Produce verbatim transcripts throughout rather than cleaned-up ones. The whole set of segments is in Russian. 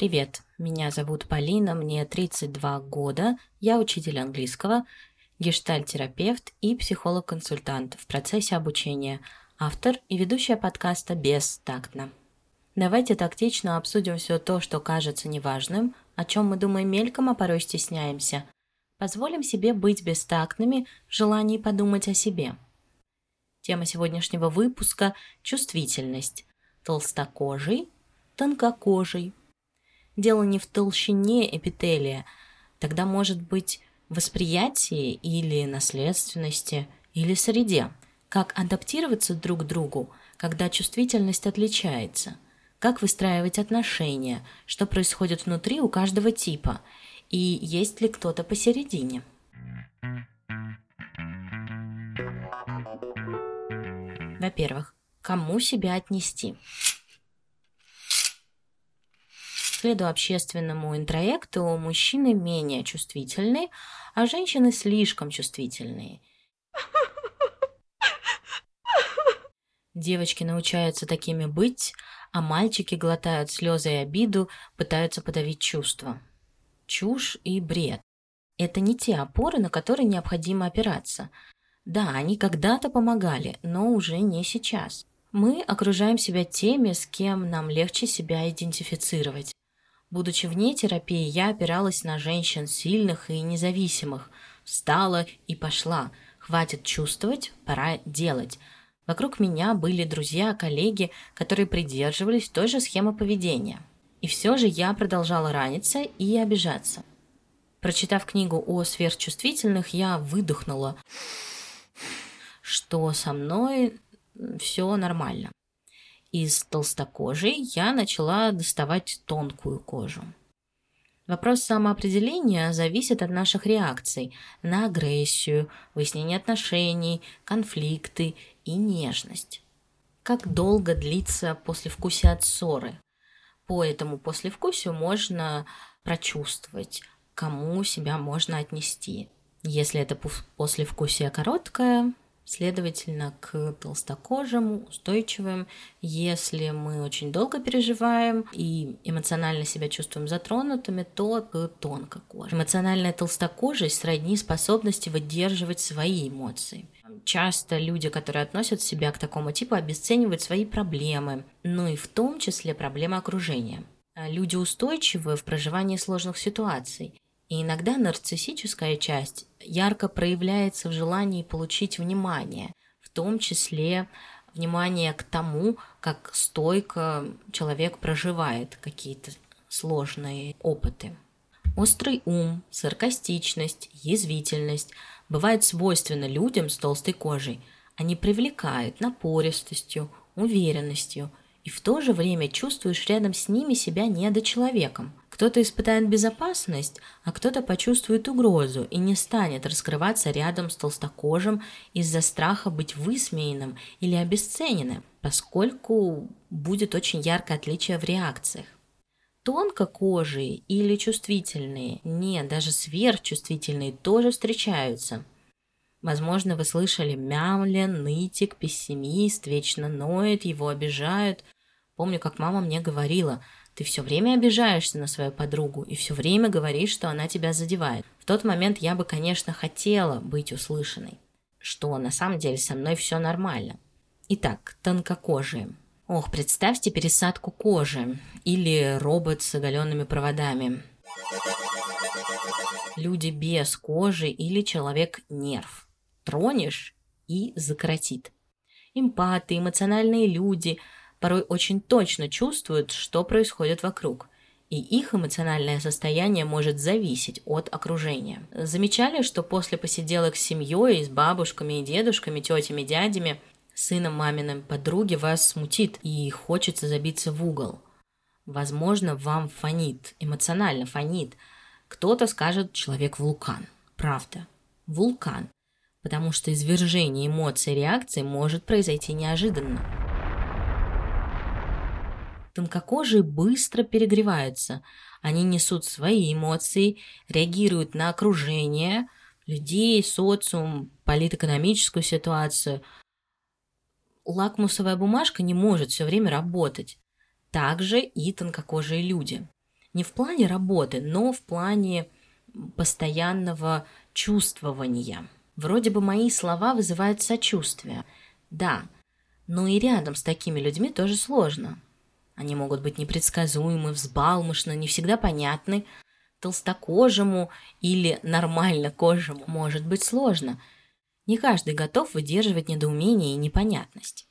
Привет, меня зовут Полина, мне тридцать два года, я учитель английского, гештальт-терапевт и психолог-консультант в процессе обучения, автор и ведущая подкаста «Бестактно». Давайте тактично обсудим все то, что кажется неважным, о чем мы думаем мельком, а порой стесняемся. Позволим себе быть бестактными в желании подумать о себе. Тема сегодняшнего выпуска – чувствительность. Толстокожий, тонкокожий. Дело не в толщине эпителия, тогда может быть восприятие или наследственности, или среде. Как адаптироваться друг к другу, когда чувствительность отличается? Как выстраивать отношения? Что происходит внутри у каждого типа? И есть ли кто-то посередине? Во-первых, кому себя отнести? Следуя общественному интроекту, мужчины менее чувствительны, а женщины слишком чувствительные. Девочки научаются такими быть, а мальчики глотают слезы и обиду, пытаются подавить чувства. Чушь и бред. Это не те опоры, на которые необходимо опираться. Да, они когда-то помогали, но уже не сейчас. Мы окружаем себя теми, с кем нам легче себя идентифицировать. Будучи вне терапии, я опиралась на женщин сильных и независимых. Встала и пошла. Хватит чувствовать, пора делать. Вокруг меня были друзья, коллеги, которые придерживались той же схемы поведения. И все же я продолжала раниться и обижаться. Прочитав книгу о сверхчувствительных, я выдохнула, что со мной все нормально. Из толстокожей я начала доставать тонкую кожу. Вопрос самоопределения зависит от наших реакций на агрессию, выяснение отношений, конфликты и нежность. Как долго длится послевкусие от ссоры? По этому послевкусию можно прочувствовать, к кому себя можно отнести. Если это послевкусие короткое, следовательно, к толстокожим, устойчивым. Если мы очень долго переживаем и эмоционально себя чувствуем затронутыми, то к тонкокожим. Эмоциональная толстокожесть сродни способности выдерживать свои эмоции. Часто люди, которые относят себя к такому типу, обесценивают свои проблемы, ну и в том числе проблемы окружения. Люди устойчивы в проживании сложных ситуаций. И иногда нарциссическая часть ярко проявляется в желании получить внимание, в том числе внимание к тому, как стойко человек проживает какие-то сложные опыты. Острый ум, саркастичность, язвительность бывают свойственны людям с толстой кожей. Они привлекают напористостью, уверенностью, и в то же время чувствуешь рядом с ними себя недочеловеком. Кто-то испытает безопасность, а кто-то почувствует угрозу и не станет раскрываться рядом с толстокожим из-за страха быть высмеянным или обесцененным, поскольку будет очень яркое отличие в реакциях. Тонкокожие или чувствительные, нет, даже сверхчувствительные тоже встречаются. Возможно, вы слышали «мямлен», «нытик», «пессимист», «вечно ноет», «его обижают». Помню, как мама мне говорила: «Ты все время обижаешься на свою подругу и все время говоришь, что она тебя задевает». В тот момент я бы, конечно, хотела быть услышанной, что на самом деле со мной все нормально. Итак, тонкокожие. Ох, представьте пересадку кожи или робот с оголенными проводами. Люди без кожи или человек-нерв. Тронешь и закоротит. Эмпаты, эмоциональные люди порой очень точно чувствуют, что происходит вокруг, и их эмоциональное состояние может зависеть от окружения. Замечали, что после посиделок с семьей, с бабушками и дедушками, тетями, дядями, сыном маминой подруги вас смутит и хочется забиться в угол? Возможно, вам фонит, эмоционально фонит. Кто-то скажет: человек-вулкан. Правда, вулкан. Потому что извержение эмоций и реакций может произойти неожиданно. Тонкокожие быстро перегреваются. Они несут свои эмоции, реагируют на окружение, людей, социум, политэкономическую ситуацию. Лакмусовая бумажка не может все время работать. Также и тонкокожие люди. Не в плане работы, но в плане постоянного чувствования. Вроде бы мои слова вызывают сочувствие. Да, но и рядом с такими людьми тоже сложно. Они могут быть непредсказуемы, взбалмошны, не всегда понятны. Толстокожему или нормальнокожему может быть сложно. Не каждый готов выдерживать недоумение и непонятность.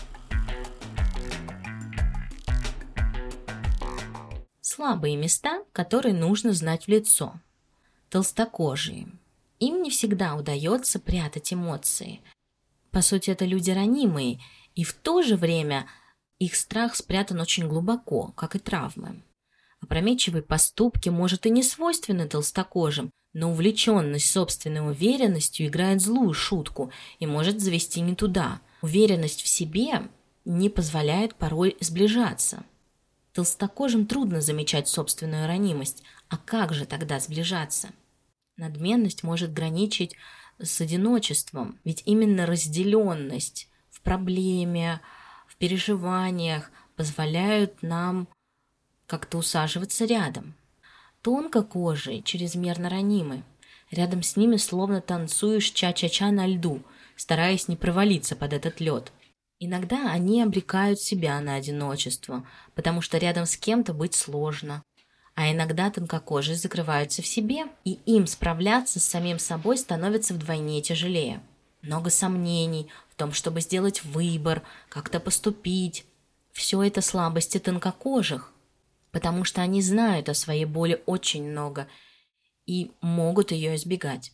Слабые места, которые нужно знать в лицо. Толстокожие. Им не всегда удается прятать эмоции. По сути, это люди ранимые, и в то же время их страх спрятан очень глубоко, как и травмы. Опрометчивые поступки, может, и не свойственны толстокожим, но увлеченность собственной уверенностью играет злую шутку и может завести не туда. Уверенность в себе не позволяет порой сближаться. Толстокожим трудно замечать собственную ранимость, а как же тогда сближаться? Надменность может граничить с одиночеством, ведь именно разделенность в проблеме, в переживаниях позволяют нам как-то усаживаться рядом. Тонкокожие чрезмерно ранимы. Рядом с ними словно танцуешь ча-ча-ча на льду, стараясь не провалиться под этот лед. Иногда они обрекают себя на одиночество, потому что рядом с кем-то быть сложно. А иногда тонкокожие закрываются в себе, и им справляться с самим собой становится вдвойне тяжелее. Много сомнений в том, чтобы сделать выбор, как-то поступить. Все это слабости тонкокожих, потому что они знают о своей боли очень много и могут ее избегать.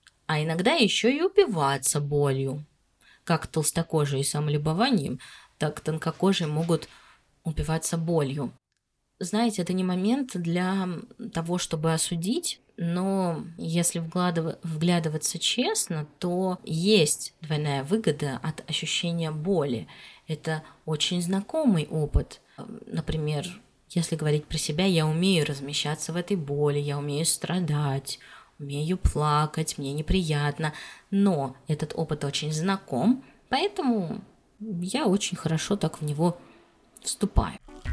А иногда еще и упиваться болью. Как толстокожие самолюбованием, так тонкокожие могут упиваться болью. Знаете, это не момент для того, чтобы осудить, но если вглядываться честно, то есть двойная выгода от ощущения боли. Это очень знакомый опыт. Например, если говорить про себя, я умею размещаться в этой боли, я умею страдать, умею плакать, мне неприятно, но этот опыт очень знаком, поэтому я очень хорошо так в него вступаю.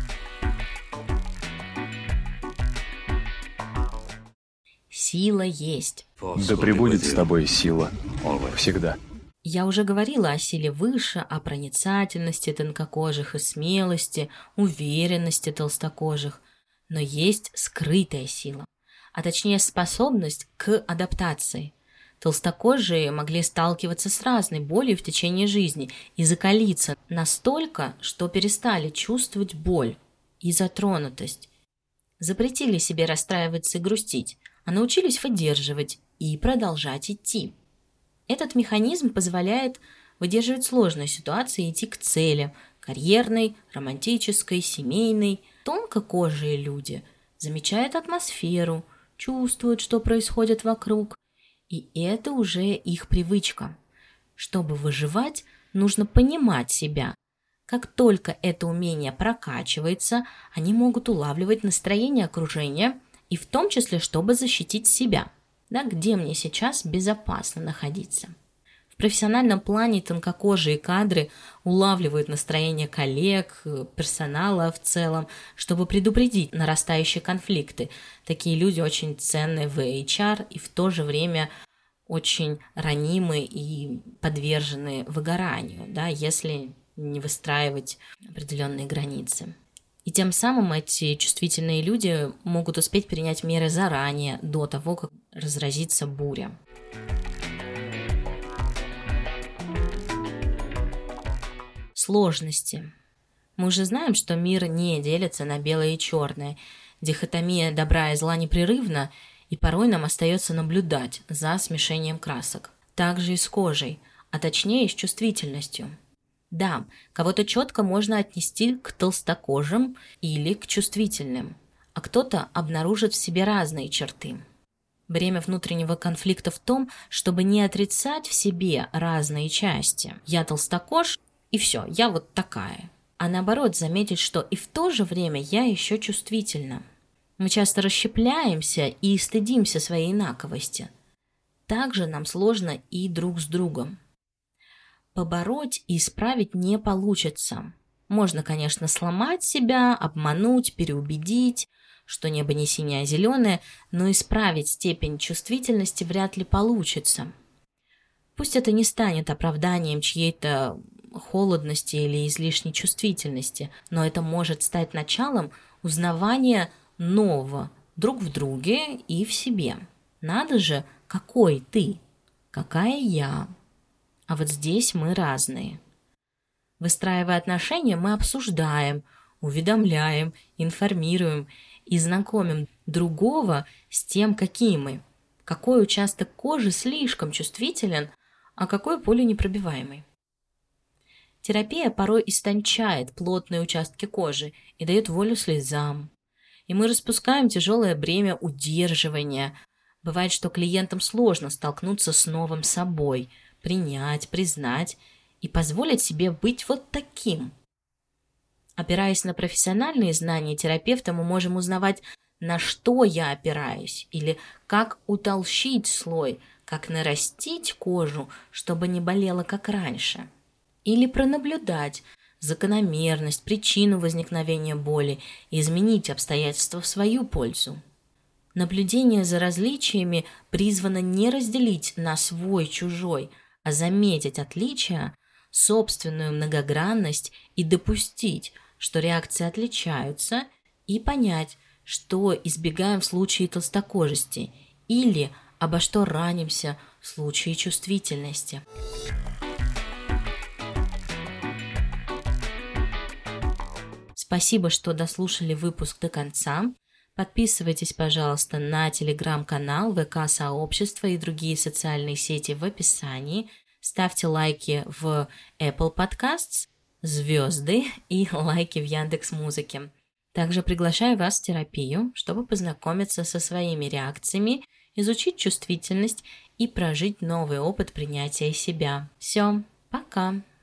Сила есть. Да пребудет с тобой сила. Всегда. Я уже говорила о силе выше, о проницательности тонкокожих и смелости, уверенности толстокожих. Но есть скрытая сила, а точнее способность к адаптации. Толстокожие могли сталкиваться с разной болью в течение жизни и закалиться настолько, что перестали чувствовать боль и затронутость. Запретили себе расстраиваться и грустить, а научились выдерживать и продолжать идти. Этот механизм позволяет выдерживать сложные ситуации и идти к цели – карьерной, романтической, семейной. Тонкокожие люди замечают атмосферу, чувствуют, что происходит вокруг, и это уже их привычка. Чтобы выживать, нужно понимать себя. Как только это умение прокачивается, они могут улавливать настроение окружения, и в том числе, чтобы защитить себя. Да, где мне сейчас безопасно находиться? В профессиональном плане тонкокожие кадры улавливают настроение коллег, персонала в целом, чтобы предупредить нарастающие конфликты. Такие люди очень ценны в эйч ар и в то же время очень ранимы и подвержены выгоранию, да, если не выстраивать определенные границы. И тем самым эти чувствительные люди могут успеть принять меры заранее, до того, как разразится буря. Сложности. Мы уже знаем, что мир не делится на белое и черное. Дихотомия добра и зла непрерывна, и порой нам остается наблюдать за смешением красок. Также и с кожей, а точнее и с чувствительностью. Да, кого-то четко можно отнести к толстокожим или к чувствительным, а кто-то обнаружит в себе разные черты. Бремя внутреннего конфликта в том, чтобы не отрицать в себе разные части. Я толстокож, и все, я вот такая. А наоборот, заметить, что и в то же время я еще чувствительна. Мы часто расщепляемся и стыдимся своей инаковости. Также нам сложно и друг с другом. Побороть и исправить не получится. Можно, конечно, сломать себя, обмануть, переубедить, что небо не синее, а зеленое, но исправить степень чувствительности вряд ли получится. Пусть это не станет оправданием чьей-то холодности или излишней чувствительности, но это может стать началом узнавания нового друг в друге и в себе. Надо же, какой ты, какая я. А вот здесь мы разные. Выстраивая отношения, мы обсуждаем, уведомляем, информируем и знакомим другого с тем, какие мы. Какой участок кожи слишком чувствителен, а какой пуленепробиваемый. Терапия порой истончает плотные участки кожи и дает волю слезам. И мы распускаем тяжелое бремя удерживания. Бывает, что клиентам сложно столкнуться с новым собой, принять, признать и позволить себе быть вот таким. Опираясь на профессиональные знания терапевта, мы можем узнавать, на что я опираюсь, или как утолщить слой, как нарастить кожу, чтобы не болела, как раньше. Или пронаблюдать закономерность, причину возникновения боли и изменить обстоятельства в свою пользу. Наблюдение за различиями призвано не разделить на свой-чужой, а заметить отличия, собственную многогранность и допустить, что реакции отличаются, и понять, что избегаем в случае толстокожести или обо что ранимся в случае чувствительности. Спасибо, что дослушали выпуск до конца. Подписывайтесь, пожалуйста, на телеграм-канал, ВК-сообщество и другие социальные сети в описании. Ставьте лайки в Apple Podcasts, звезды и лайки в Яндекс.Музыке. Также приглашаю вас в терапию, чтобы познакомиться со своими реакциями, изучить чувствительность и прожить новый опыт принятия себя. Все, пока!